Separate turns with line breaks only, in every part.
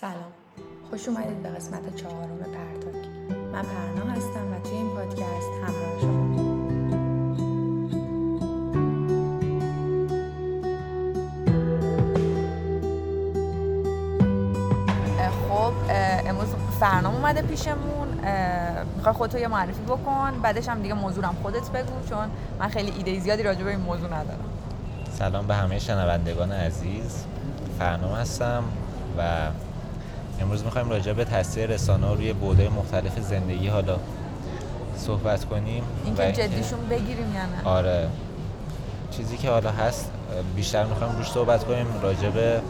سلام، خوش اومدید به قسمت 4 پرتاک. من پرنا هستم و توی این پادکست همراه شما. خب امروز فرنام اومده پیشمون. میخوای خودتو یه معرفی بکن، بعدش هم دیگه موضوعم خودت بگو، چون من خیلی ایده زیادی راجع به این موضوع ندارم.
سلام به همه شنوندگان عزیز، فرنام هستم و امروز میخوایم راجع به تاثیر رسانه‌ها روی بعدهای مختلف زندگی حالا صحبت کنیم.
اینکه جدیشون بگیریم یا نه؟
آره، چیزی که حالا هست بیشتر میخوایم روش صحبت کنیم، راجع به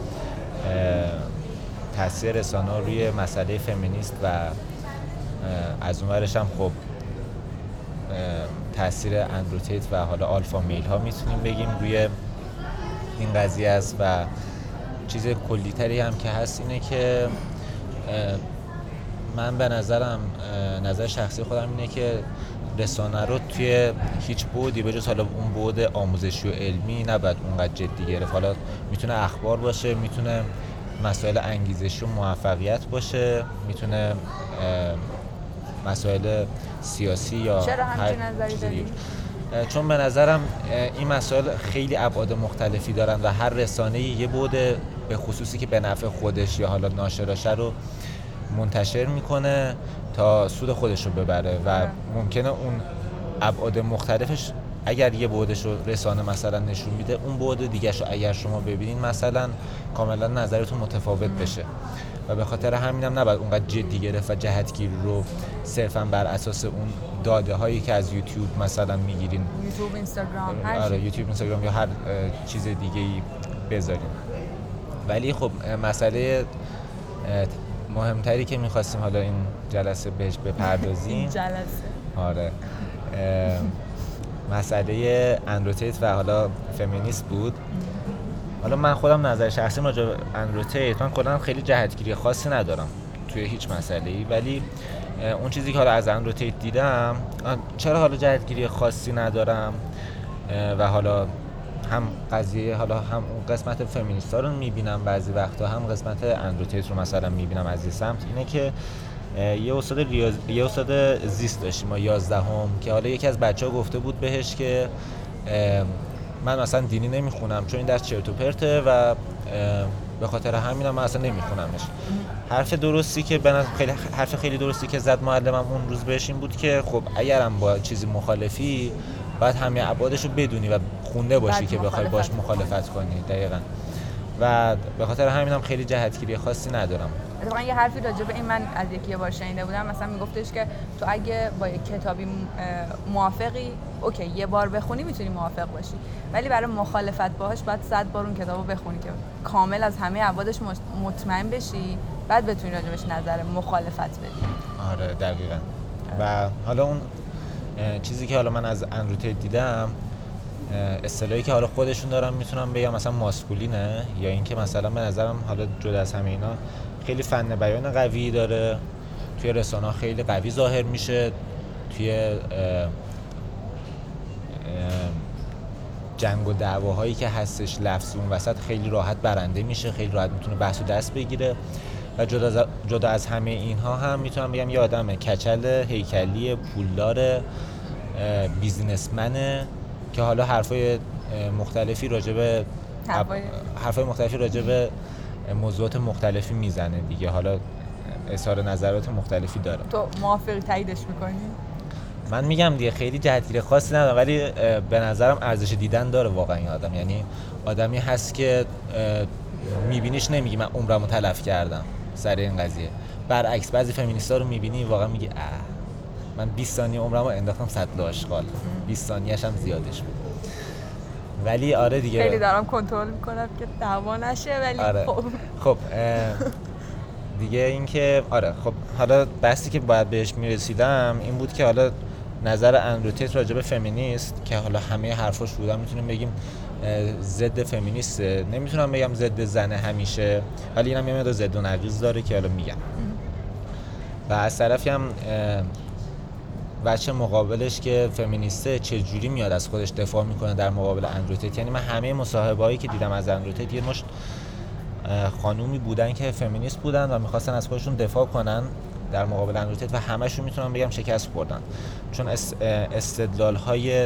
تاثیر رسانه‌ها روی مسئله فمینیست و از اون ورش هم خب تاثیر اندرو تیت و حالا آلفا میل ها میتونیم بگیم روی این قضیه است. و چیز کلی‌تری هم که هست اینه که من به نظر شخصی خودم اینه که رسانه رو توی هیچ بعدی به جز حالا اون بعد آموزشی و علمی نباید اونقدر جدی گرفت. حالا میتونه اخبار باشه، میتونه مسائل انگیزشی و موفقیت باشه، میتونه مسائل سیاسی یا
چرا همچین نظری داری؟
چون به نظرم این مسائل خیلی ابعاد مختلفی دارن و هر رسانه‌ای یه بعد به خصوصی که به نفع خودش یا حالا ناشراشه رو منتشر میکنه تا سود خودش رو ببره و ممکنه اون ابعاد مختلفش اگر یه بعدش رو رسانه مثلا نشون میده، اون بعد دیگه‌ش رو اگر شما ببینین مثلا کاملا نظرتون متفاوت بشه و به خاطر همینم نباید اونقدر جدی گرفت و جهتگیری رو صرفاً بر اساس اون داده هایی که از یوتیوب مثلا میگیرین،
یوتیوب، اینستاگرام،
یوتیوب، اینستاگرام یا هر چیز دیگه‌ای بذارین. ولی خب مسئله مهمتری که می‌خواستیم حالا این جلسه بهش بپردازیم آره مسئله اندرو تیت و حالا فمینیست بود. حالا من خودم نظر شخصی راجع به اندرو تیت، من کلا خیلی جهتگیری خاصی ندارم توی هیچ مسئله‌ای، ولی اون چیزی که حالا از اندرو تیت دیدم، چرا حالا جهتگیری خاصی ندارم و حالا هم قضیه حالا هم اون قسمت فمینیستا رو میبینم بعضی وقتا، هم قسمت اندرو تیت رو مثلا میبینم از این سمت، اینه که یه استاد زیست داشتیم ما 11 که حالا یکی از بچه‌ها گفته بود بهش که من مثلا دینی نمیخونم چون این درس چرت و پرته و به خاطر همینم من اصلا نمیخونمش. حرف خیلی درستی که زد معلمم اون روز بهش این بود که خب اگرم با چیزی مخالفی باید همه ابعادش رو بدونی و خونده باشی که بخوای باش مخالفت کنی. دقیقاً. و به خاطر همینم خیلی جهتگیری خاصی ندارم.
اتفاقا یه حرفی راجع به این من از یه بار شنیده بودم، مثلا میگفتش که تو اگه با یک کتابی موافقی، اوکی یه بار بخونی میتونی موافق باشی، ولی برای مخالفت باهاش باید 100 بار اون کتابو بخونی که کامل از همه ابعادش مطمئن بشی، بعد بتونی راجع بهش نظر مخالفت بدی.
آره دقیقاً. و حالا اون چیزی که حالا من از اندرو تیت دیدم، اصطلاحی که حالا خودشون دارن میتونم بگم مثلا ماسکولینه، یا اینکه مثلا به نظرم حالا جدا از همه اینا خیلی فن بیان قوی داره، توی رسانه‌ها خیلی قوی ظاهر میشه، توی جنگ و دعواهایی که هستش لفظی اون وسط خیلی راحت برنده میشه، خیلی راحت میتونه بحث و دست بگیره. و جدا از همه اینها هم میتونم بگم یه آدم کچل، هیکلی، پولدار، بیزینسمنه که حالا حرفای مختلفی راجع به موضوعات مختلفی میزنه دیگه، حالا اظهار نظرات مختلفی داره.
تو موافقی تاییدش میکنی؟
من میگم دیگه خیلی جهتگیری خاصی نداره، ولی به نظرم ارزش دیدن داره واقعا این آدم. یعنی آدمی هست که میبینیش نمیگی من عمرمو تلف کردم سر این قضیه. برعکس بعضی فمینیستا رو میبینی واقعا میگی من 20 ثانیه عمرمو انداختم سطل آشغال، 20 ثانیه‌اش هم زیادش بود. ولی آره دیگه
خیلی دارم کنترل میکنم که دعوا نشه، ولی
آره. خب دیگه این که آره خب حالا بحثی که باید بهش میرسیدم این بود که حالا نظر اندرو تیت راجع به فمینیست که حالا همه حرفاش بودن میتونیم بگیم ضد فمینیسته، نمیتونم بگم ضد زنه همیشه، ولی اینم یه مقدار ضد و نقیض داره که حالا میگم. و از طرفی هم بچه مقابلش که فمینیسته چجوری میاد از خودش دفاع میکنه در مقابل اندرو تیت. یعنی من همه مصاحبه‌هایی که دیدم از اندرو تیت یه مشت خانومی بودن که فمینیست بودن و میخواستن از خودشون دفاع کنن در مقابل اندرو تیت و همشون میتونم بگم شکست خوردن، چون استدلال‌های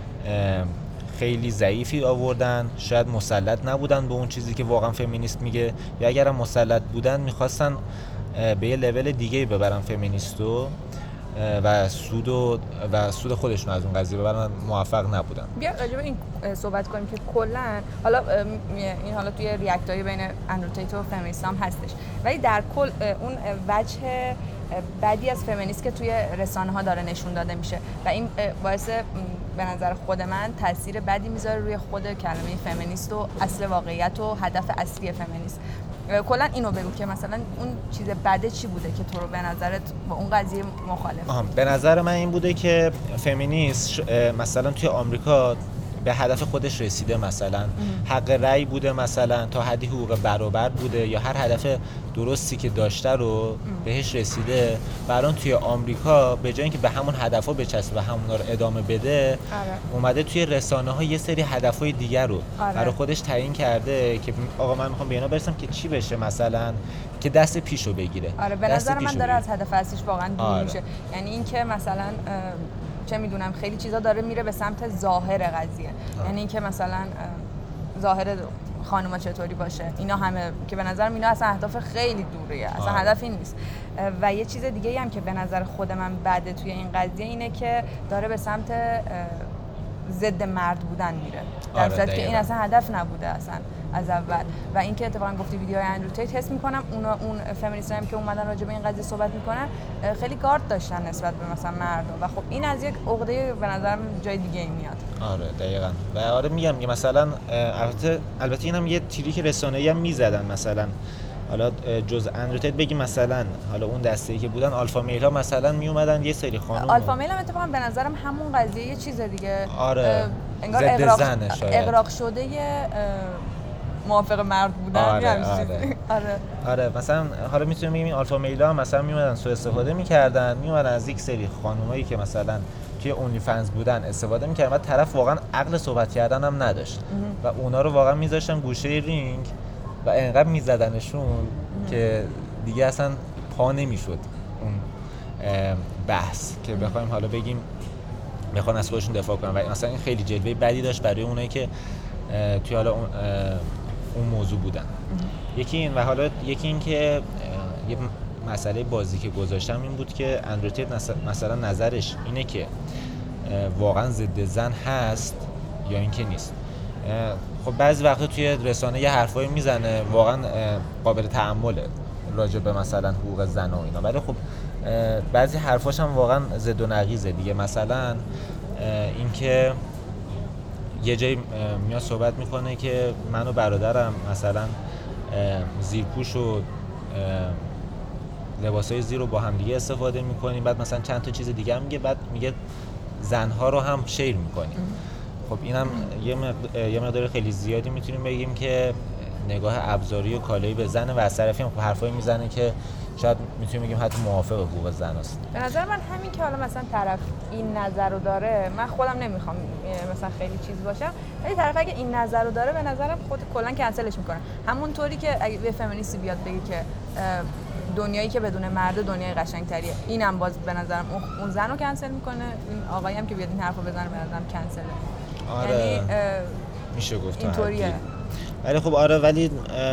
خیلی ضعیفی آوردن، شاید مسلط نبودن به اون چیزی که واقعا فمینیست میگه، یا اگرم مسلط بودن میخواستن به یه لول دیگه ببرن فمینیستو و سود خودشون از اون قضیه ببرن، موفق نبودن.
بیا راجع به این صحبت کنیم که کلا حالا این حالا توی ریاکت‌های بین اندرو تیت و فمینیست هم هستش، ولی در کل اون وجه بدی از فمینیست که توی رسانه‌ها داره نشون داده میشه و این باعث به نظر خود من تاثیر بدی میذاره روی خود کلمه فمینیست و اصل واقعیت و هدف اصلی فمینیست. کلا اینو بگو که مثلا اون چیز بده چی بوده که تو رو به نظرت با اون قضیه مخالف؟
به نظر من این بوده که فمینیست مثلا توی آمریکا به هدف خودش رسیده، مثلا حق رأی بوده، مثلا تا حدی حقوق برابر بوده، یا هر هدف درستی که داشته رو بهش رسیده. برای توی آمریکا به جای اینکه به همون هدفا بچسبه و همونا رو ادامه بده، اومده توی رسانه‌ها یه سری هدف‌های دیگر رو برای خودش تعیین کرده که آقا من میخوام به اینا برسم که چی بشه، مثلا که دست پیشو بگیره.
به نظر من داره از هدف اصلیش واقعا دور میشه. یعنی اینکه مثلا چه میدونم خیلی چیزا داره میره به سمت ظاهر قضیه، یعنی اینکه مثلا ظاهر خانوما چطوری باشه، اینا همه که به نظرم اینا اصلا اهداف خیلی دوریه، اصلا هدفی نیست. و یه چیز دیگه‌ای هم که به نظر خود من بده توی این قضیه اینه که داره به سمت ضد مرد بودن میره، در صورتی که این اصلا هدف نبوده اصلا از اول. و اینکه اتفاقا گفتی ویدیوهای اندرو تیت، حس میکنم اون فمینیست‌ها هم که اومدن راجع به این قضیه صحبت میکنن خیلی گارد داشتن نسبت به مثلا مردم و خب این از یک عقده به نظرم جای دیگه ای میاد.
دقیقاً. و میگم که مثلا البته اینم یه تریک رسانه‌ای هم میزدن، مثلا حالا جز اندرو تیت بگیم مثلا حالا اون دسته‌ای که بودن آلفا میل ها مثلا می اومدن یه سری خانم،
آلفا میل هم اتفاقا به نظرم همون قضیه یه چیز دیگه، انگار اغراق شده موافق مرد بودن.
آره مثلا حالا میتونیم بگیم این آلفا میل ها مثلا می اومدن سوء استفاده می‌کردن، می اومدن از یک سری خانمایی که مثلا توی اونلی فنز بودن استفاده می‌کردن و طرف واقعا عقل صحبت کردن هم نداشت و اونا رو واقعا می‌ذاشتن گوشه رینگ و انقدر میزدنشون که دیگه اصلا پا نمیشد اون بحث که بخوایم حالا بگیم میخوان از خودشون دفاع کنن. و مثلا این خیلی جلوه بدی داشت برای اونایی که توی حالا اون موضوع بودن. یکی این و حالا یکی این که یه مسئله بازی که گذاشتم این بود که اندرو تیت مثلا نظرش اینه که واقعا ضد زن هست یا اینکه نیست. خب بعضی وقتا توی رسانه یه حرفایی میزنه واقعا قابل تأمله راجع به مثلا حقوق زن و اینا، ولی خب بعضی حرفاش هم واقعا ضد و نقیضه دیگه. مثلا اینکه یه جایی میاد صحبت میکنه که من و برادرم مثلا زیرپوش و لباسای زیر رو با هم دیگه استفاده میکنیم، بعد مثلا چند تا چیز دیگه هم میگه، بعد میگه زنها رو هم شیر میکنیم. خب اینم یه مقدار خیلی زیادی میتونیم بگیم که نگاه ابزاری و کالایی به زن و از طرفی هم حرفایی میزنه که شاید میتونیم بگیم حتی موافق حقوق زن است.
به نظر من همین که حالا مثلا طرف این نظر رو داره، من خودم نمیخوام مثلا خیلی چیز باشم، ولی طرف اگه این نظر رو داره به نظرم خود کلا کنسلش میکنه. همونطوری که اگه یه فمینیستی بیاد بگه که دنیایی که بدون مرد دنیای قشنگتریه، اینم باز به نظرم اون زن رو کنسل میکنه. این آقایی هم که بیاد این حرفو بزنه به نظرم کنسله. یعنی
میشه گفت
اینطوریه.
ولی خب ولی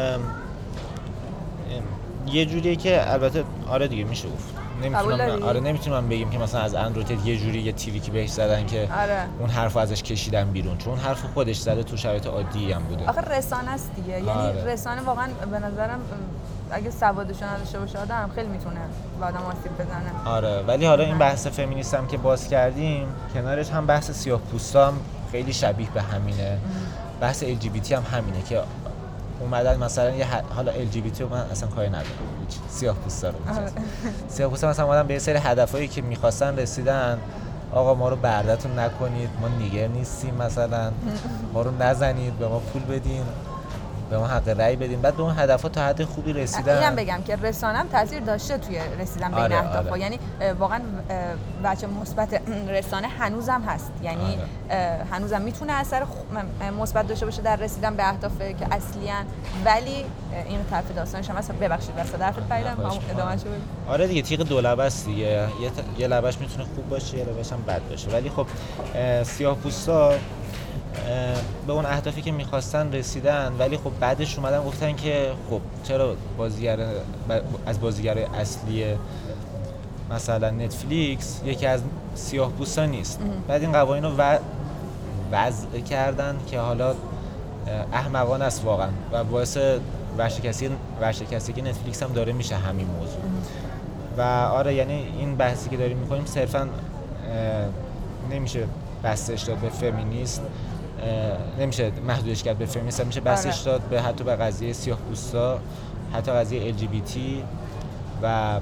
یه جوریه که البته دیگه میشه گفت. نمیتونم بگیم که مثلا از اندرو تیت یه جوری یه تریکی بهش زدن که اون حرفو ازش کشیدن بیرون، چون حرف خودش زده تو شرایط عادی هم بوده.
آخه رسانه است دیگه. یعنی رسانه واقعا به نظرم اگه سوادش نداشته باشه آدم خیلی میتونه به آدم آسیب بزنه.
ولی حالا این بحث فمینیست هم که باز کردیم، کنارش هم بحث سیاه‌پوستا هم خیلی شبیه به همینه. بحث LGBT هم همینه که اومدن مثلا حالا LGBT رو من اصلا کاری ندارم، سیاه‌پوستا رو میگم. سیاه‌پوستا مثلا اومدن به یه سری هدفایی که می‌خواستن رسیدن. آقا ما رو برده‌تون نکنید، ما نیگر نیستیم، مثلا ما رو نزنید، به ما پول بدین. به ما حق رأی بدین، بعد به اون هدف‌ها تا حد خوبی رسیدن.
اینم بگم که رسانم تاثیر داشته توی رسیدن به این اهداف. یعنی واقعا بچه مثبت رسانه هنوزم هست، یعنی هنوزم میتونه اثر مثبت داشته باشه در رسیدن به اهداف که اصلیان، ولی این طرف داستانش هم هست. ببخشید وسط حرفت پریدم، ادامه‌شو بگو.
آره دیگه، تیغ دو لبه است دیگه، یه لبش میتونه خوب باشه، یه لبش هم بد باشه، ولی خب سیاه‌پوستا به اون اهدافی که میخواستن رسیدن، ولی خب بعدش اومدن گفتن که خب چرا از بازیگرای اصلی مثلا نتفلیکس یکی از سیاه‌پوستا نیست. بعد این قوانین رو وضع کردن که حالا احمقانه است واقعا و باعث ورشکستگی که نتفلیکس هم داره میشه همین موضوع. و آره یعنی این بحثی که داریم میکنیم صرفا نمیشه بستش داد به فمینیست، نمیشه محدودش کرد به فمینیست، میشه بستش داد به حتی به قضیه سیاه‌پوستا، حتی قضیه LGBT و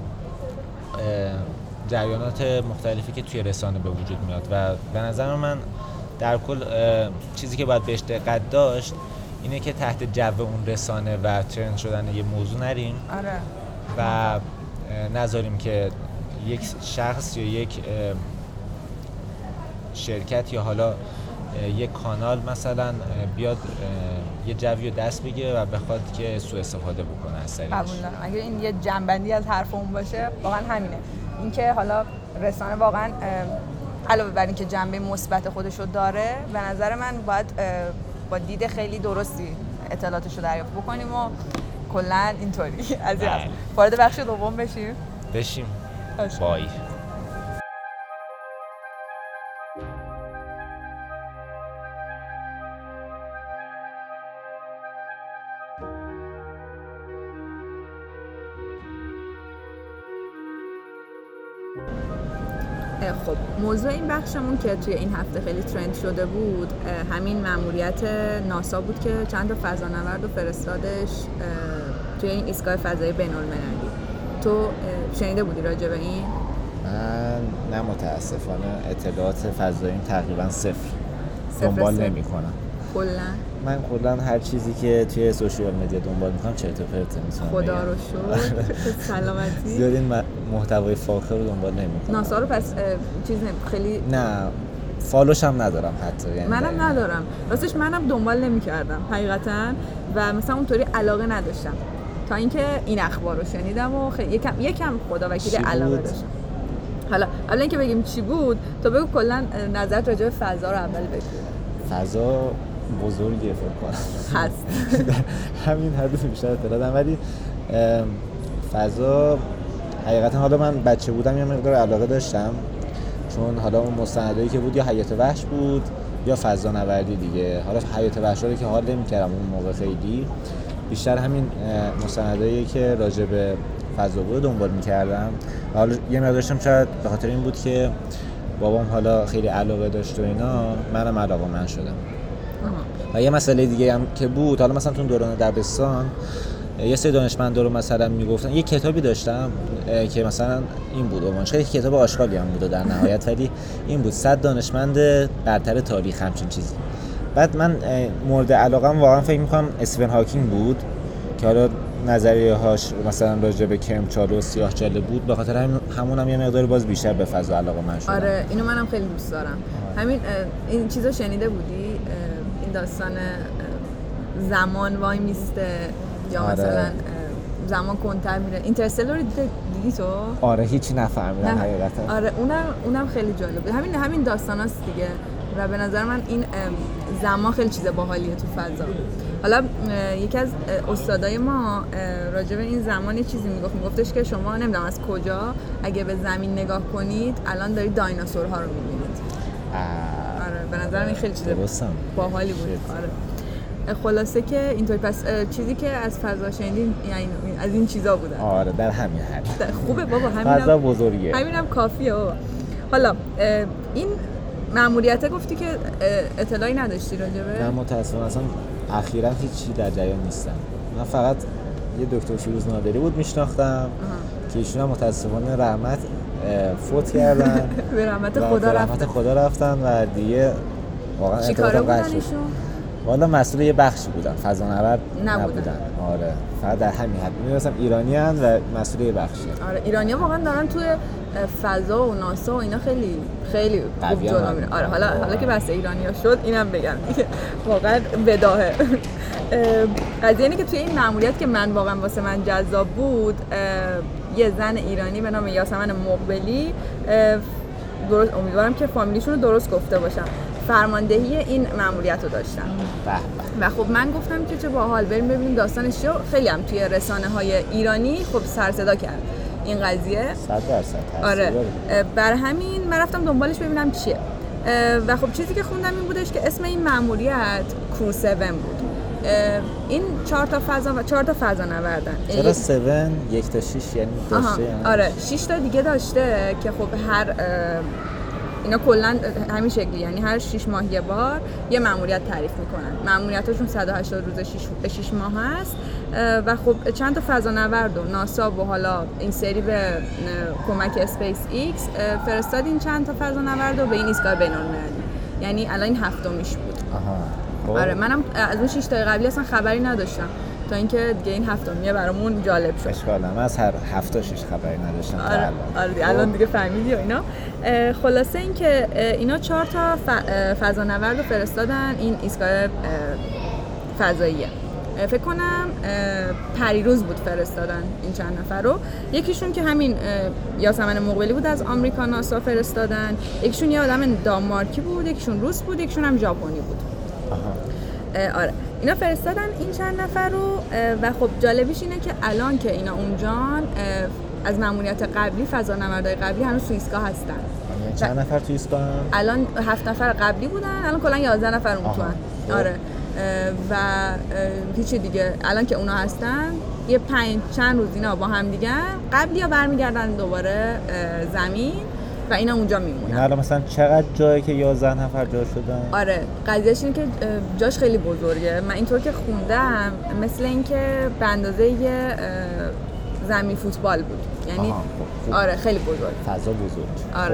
جریانات مختلفی که توی رسانه به وجود میاد. و به نظر من در کل چیزی که باید بهش دقت داشت اینه که تحت جو اون رسانه و ترند شدن یه موضوع نریم و نذاریم که یک شخص یا یک شرکت یا حالا یک کانال مثلا بیاد یه جوی رو دست بگیره و بخواد که سوء استفاده بکنه از طریقش.
قبول دارم. اگه این یه جنبندی از حرفمون باشه واقعا همینه، اینکه حالا رسانه واقعا علاوه بر اینکه جنبه مثبت خودش رو داره، به نظر من باید با دید خیلی درستی اطلاعاتش رو دریافت بکنیم و کلا اینطوری از وارد بخش دوم بشیم.
بای.
خب موضوع این بخشمون که توی این هفته خیلی ترند شده بود همین مأموریت ناسا بود که چند تا فضانورد رو فرستادش توی این ایستگاه فضایی بین‌المللی. تو شنیده بودی راجع به این؟
من نه متاسفانه اطلاعات فضاییم تقریبا صفر. دنبال نمی‌کنم. من کلا هر چیزی که توی سوشال مدیا دنبال میکنم چرت و پرته میتونم بگم.
خدا رو شکر. سلامتی.
زیاد این محتوای فاخر رو دنبال نمیکنم.
ناسا رو پس چیز خیلی
نه فالوش هم ندارم حتی، یعنی
منم ندارم راستش، منم دنبال نمیکردم حقیقتا و مثلا اونطوری علاقه نداشتم تا اینکه این اخبار رو شنیدم و یکم خدا وکیل علاقه داشتم. حالا قبل اینکه بگیم چی بود تو بگو کلا نظرت راجع به فضا رو اول بگو.
فضا بزرگیه فکر کنم
هست.
همین حد بیشتر اطلاع، ولی فضا حقیقتا حالا من بچه بودم یه مقدار علاقه داشتم، چون حالا اون مستندایی که بود یا حیات وحش بود یا فضا نوردی دیگه. حالا حیات وحش رو که حال نمی‌کردم اون موقع، خیلی بیشتر همین مستندایی که راجع به فضا بود دنبال می‌کردم. حالا یه مقدار داشتم شاید به خاطر این بود که بابام حالا خیلی علاقه داشت و اینا، منم علاقه‌مند شدم. و یه مسئله دیگه هم که بود، حالا مثلا تو دوران دبستان یه سری دانشمندا رو مثلا میگفتن، یه کتابی داشتم که مثلا این بود عنوانش، خیلی کتاب آشغالی هم بود در نهایت، ولی این بود 100 دانشمند برتر تاریخ، همچین چیزی. بعد من مورد علاقه‌ام واقعا فکر می‌کنم استیون هاکینگ بود که حالا نظریه‌هاش مثلا راجع به کمچال و سیاه‌چاله بود، به خاطر همونم یه مقدار باز بیشتر به فضا علاقه‌مند شدم.
آره اینو منم خیلی دوست دارم. همین این چیزو شنیده بودی؟ این داستان زمان وای میسته یا
آره.
مثلا زمان کنتر میره. اینترستلار رو دیدی تو؟
آره هیچی نفهمیدم حقیقتا.
آره اونم خیلی جالبه. همین داستاناست دیگه و به نظر من این زمان خیلی چیز باحالیه تو فضا. حالا یکی از استادای ما راجع به این زمان یه چیزی میگفتش که شما نمیدونم از کجا اگه به زمین نگاه کنید الان دارید دایناسورها رو میبینید. آره به نظر من خیلی چیز باحالی بود. آره خلاصه که اینطوری. پس چیزی که از فضا شنیدین یعنی از این چیزا بوده.
آره در همین حد.
خوبه بابا، همینم
فضا بزرگه،
همینم کافیه بابا. حالا این مأموریت گفتی که اطلاعی نداشتی راجبه؟
من متأسفانه اصلا اخیراً هیچی در جریان نیستم. من فقط یه دکتر فیروز نادری بود میشناختم که ایشون هم متأسفانه رحمت فوت کردن.
به رحمت خدا رفتن.
خدا رفتن و دیگه واقعا
چی کاره بودن ایشون؟
والا مسئول یه بخشی بودن، فضانورد
نبودن.
آره فقط در همین حد می‌دونستم ایرانیان و مسئول یه بخشی.
آره ایرانی‌ها واقعا دارن توی فضا و ناسا و اینا خیلی خوب جلو میرن. آره حالا که بحث ایرانی‌ها شد اینم بگم دیگه واقعا بداهه. قضیه اینه که توی این مأموریت که من واقعا واسه من جذاب بود، یه زن ایرانی به نام یاسمن مقبلی، درست امیدوارم که فامیلیشون رو درست گفته باشم، فرماندهی این مأموریت رو داشتن. و خب من گفتم که چه باحال بریم ببینیم داستانش چیه. خیلی هم توی رسانه‌های ایرانی خب سر صدا کرد این قضیه.
100%.
آره بر همین من رفتم دنبالش ببینم چیه. و خب چیزی که خوندم این بودش که اسم این مأموریت کرو 7 بود. این 4 تا فضا نوردن.
چرا 7؟ 1 تا 6 یعنی داشته؟
آره 6 تا دیگه داشته که خب هر اینا کلا همین شکلی، یعنی هر 6 ماه یه بار یه مأموریت تعریف میکنن. مأموریتاشون 180 روز 6 ماه هست و خب چند تا فضانورد و ناسا و حالا این سری به کمک اسپیس ایکس فرستاد این چند تا فضانورد رو به این ایستگاه بین‌المللی. یعنی الان این 7میش بود. آره منم از اون 6 تا قبلی اصلا خبری نداشتم تا اینکه دیگه این 7میه برامون جالب شد.
اشکال من از هر 7 تا 6 خبری نداشتم.
آره الان دیگه فهمیدی و اینا. خلاصه این که اینا 4 تا فضانورد رو فرستادن این ایستگاه فضاییه. فکر کنم پریروز بود فرستادن این چند نفر رو. یکیشون که همین یاسمن مقبلی بود از آمریکا ناسا فرستادن، یکیشون یه آدم دانمارکی بود، یکیشون روس بود، یکیشون هم ژاپنی بود. آره اینا فرستادن این چند نفر رو و خب جالبیش اینه که الان که اینا اونجان از مأموریت قبلی فضانوردهای قبلی هنوز تو ایستگاه هستن.
چند نفر تو ایستگاه؟
الان 7 نفر قبلی بودن، الان کلا 11 نفر اون تو هن. آره و هیچی دیگه الان که اونا هستن یه چند روز اینا با هم دیگه قبلی ها برمیگردن دوباره زمین و اینا اونجا میمونن.
الان مثلا چقدر جایی که 11 نفر جا شدن؟
آره قضیهش اینه که جاش خیلی بزرگه. من اینطور که خوندم مثل اینکه به اندازه یه زمین فوتبال بود، یعنی آره خیلی بزرگ،
فضا بزرگ.
آره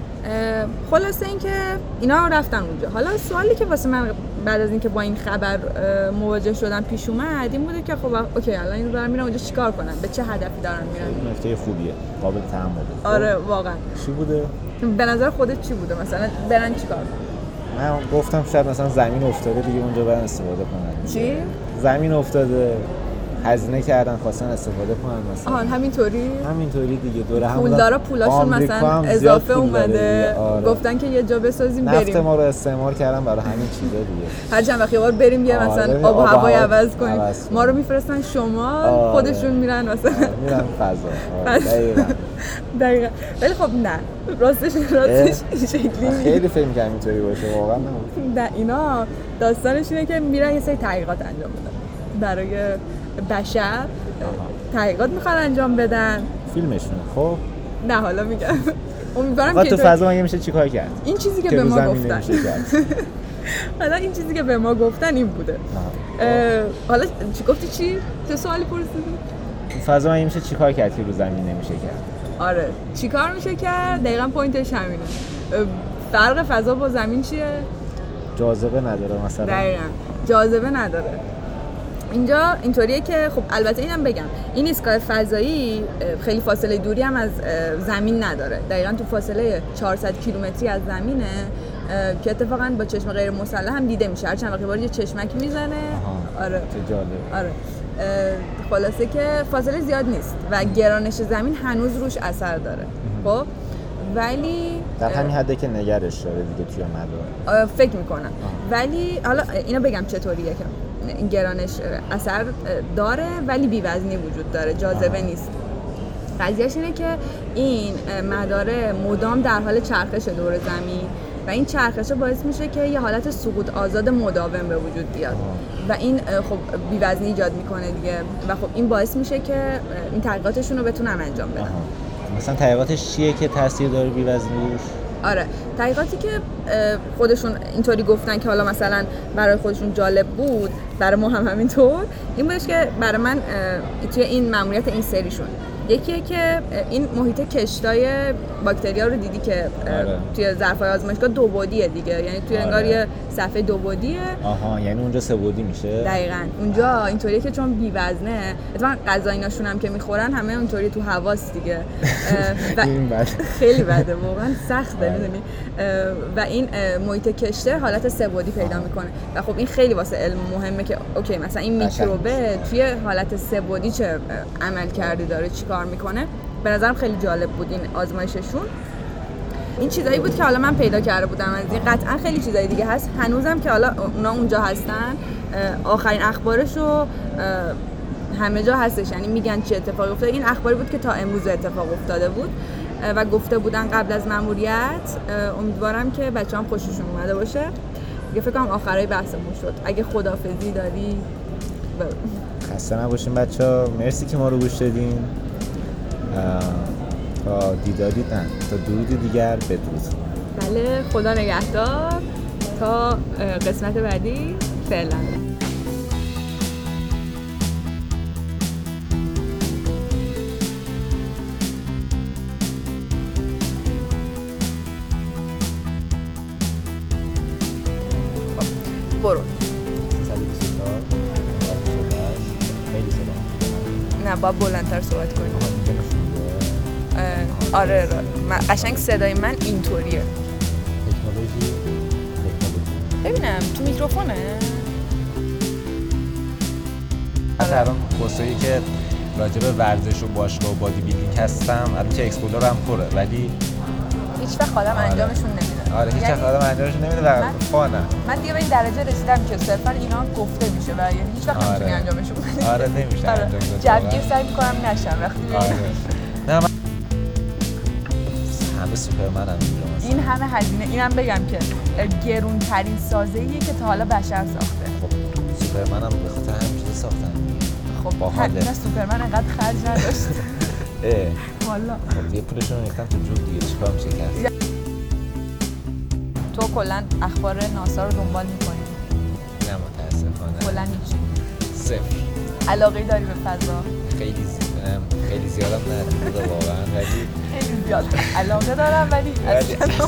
خلاصه اینکه اینا رفتن اونجا. حالا سوالی که واسه من بعد از اینکه با این خبر مواجه شدم پیش اومد این بوده که خب اوکی الان اینو دارن میرن اونجا چیکار کنن، به چه هدفی دارن میرن؟
نکته خوبیه، قابل تأمله.
آره واقعا.
چی بوده؟
به نظر خودت چی بوده مثلا برن چیکار کنن؟
من گفتم شاید مثلا زمین افتاده دیگه اونجا برن استفاده کنن.
چی؟
زمین افتاده، هزینه کردن خواستن استفاده کنن مثلا. همینطوری دیگه دوره هم
پولدارا پولاشون مثلا اضافه اومده. آره. گفتن که یه جا بسازیم بریم.
نفت ما رو استعمار کردن برای همین چیزا دیگه.
هر چند وقت یه بار بریم یه مثلا آب و هوای عوض کنیم. ما رو میفرستن شمال، خودشون میرن مثلا
میرن فضا.
دقیقاً. ولی خب نه. راستش این شکلی
خیلی فکر می‌کنم اینطوری باشه واقعا.
نه اینا داستانش اینه که میرن یه سری تحقیقات انجام بدن. برای بشر تحقیقات میخوان انجام بدن.
فیلمشونه خب؟
نه حالا میگم امیدوارم که
تو فضا مگه میشه چیکار کرد؟
این چیزی که به ما گفتن حالا این چیزی که به ما گفتن این بوده. حالا چی گفتی؟ چه سوالی پرسیدی؟
تو فضا مگه میشه چیکار کرد که رو زمین نمیشه کرد؟
آره چیکار میشه کرد؟ دقیقاً پوینتش همینه. فرق فضا با زمین چیه؟
جاذبه نداره مثلا.
دقیقاً جاذبه نداره. اینجا اینطوریه که خب البته اینم بگم این ایستگاه فضایی خیلی فاصله دوری هم از زمین نداره. دقیقاً تو فاصله 400 کیلومتری از زمینه که اتفاقاً با چشم غیر مسلح هم دیده میشه. هر چند وقتی یه چشمکی میزنه. آره
چه جالب.
آره خلاصه که فاصله زیاد نیست و گرانش زمین هنوز روش اثر داره. خب ولی
در همین حده که نگرش داره دیگه توی مدار
فکر میکنم. ولی حالا اینا بگم چطوریه که این گرانش اثر داره ولی بی‌وزنی وجود داره، جاذبه نیست. قضیهش اینه که این مدار مدام در حال چرخش دور زمین و این چرخش باعث میشه که یه حالت سقوط آزاد مداوم به وجود بیاد و این خب بی‌وزنی ایجاد میکنه دیگه و خب این باعث میشه که این تحقیقاتشون رو بتونن انجام بدن.
مثلا تحقیقاتش چیه که تاثیر داره بی‌وزنیش؟
آره تحقیقاتی که خودشون اینطوری گفتن که حالا مثلا برای خودشون جالب بود برای ما هم همینطور این بودش که برای من توی این ماموریت این سریشون یکیه که این محیط کشتای باکتریا رو دیدی که توی ظرفای آزمایشگاه دو بعدیه دیگه، یعنی توی انگار یه صفحه دو بعدیه.
آها، یعنی اونجا سه بعدی میشه.
دقیقاً اونجا اینطوریه که چون بی وزنه، اتفاقا غذایناشون هم که میخورن همه اونطوری تو حواس دیگه.
این بد
خیلی بده، واقعا سخته میدونی. و این محیط کشته حالت سه بعدی پیدا میکنه و خب این خیلی واسه علم مهمه که اوکی مثلا این میکروبه توی حالت سه بعدی چه عمل کردی داره، چیکار میکنه. به نظرم خیلی جالب بود این آزمایششون. این چیزایی بود که حالا من پیدا کرده بودم از این. قطعا خیلی چیزای دیگه هست هنوزم که حالا اونا اونجا هستن. آخرین اخبارشو همه جا هستش، یعنی میگن چه اتفاقی افتاده. این اخباری بود که تا امروز اتفاق افتاده بود و گفته بودن قبل از ماموریت. امیدوارم که بچه‌ام خوششون اومده باشه. دیگه فکر کنم آخرای بحثمون شد. اگه خداحافظی داری
خسته نباشین بچه‌ها. مرسی که ما رو گوش دادین. تا دیداری تا درود دیگر بدرود.
بله، خدا نگهدار تا قسمت بعدی. فعلا برو.
324 خیلی صدا.
نه، باید بلندتر صحبت کنیم. آره قشنگ صدای من اینطوریه.
تکنولوژی
ببینم تو میکروفونه.
حتی الان پستایی که راجع به ورزش و باشگاه و بادی بیلدینگ هستم، البته اکسپلور هم پره ولی
هیچ وقت آدم انجامشون نمیده.
آره هیچ وقت آدم انجامشون نمیده و فانه.
من دیگه به این درجه رسیدم که صرفا اینا گفته میشه و یعنی هیچ وقت نمیتونی انجامشون بدی.
آره نمیشه انجام داد.
جوگیر سعی می‌کنم نشم وقتی.
آره. نه من همه سوپرمن هم اینجا.
این همه هزینه، اینم بگم که گرون ترین سازه‌ایه که تا حالا بشر ساخته.
خب سوپرمن هم به خاطر همین چیزا ساختن.
خب
باحاله.
نه سوپرمن انقدر خرج نداشت. والا.
خب یه پولشون رو ریختن تو جوب دیگه، چیکار میشه کرد؟
تو کلا اخبار ناسا رو دنبال می‌کنی؟
نه متاسفانه.
کلا هیچ.
صفر.
علاقه داری به فضا؟
خیلی زیادم نه واقعا، ولی
خیلی زیاد علاقه دارم ولی اصلا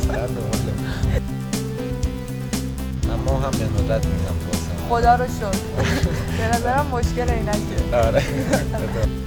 اما هم به ندرت میگم تو
خدا رو شکر. به نظرم مشکل اینه که
آره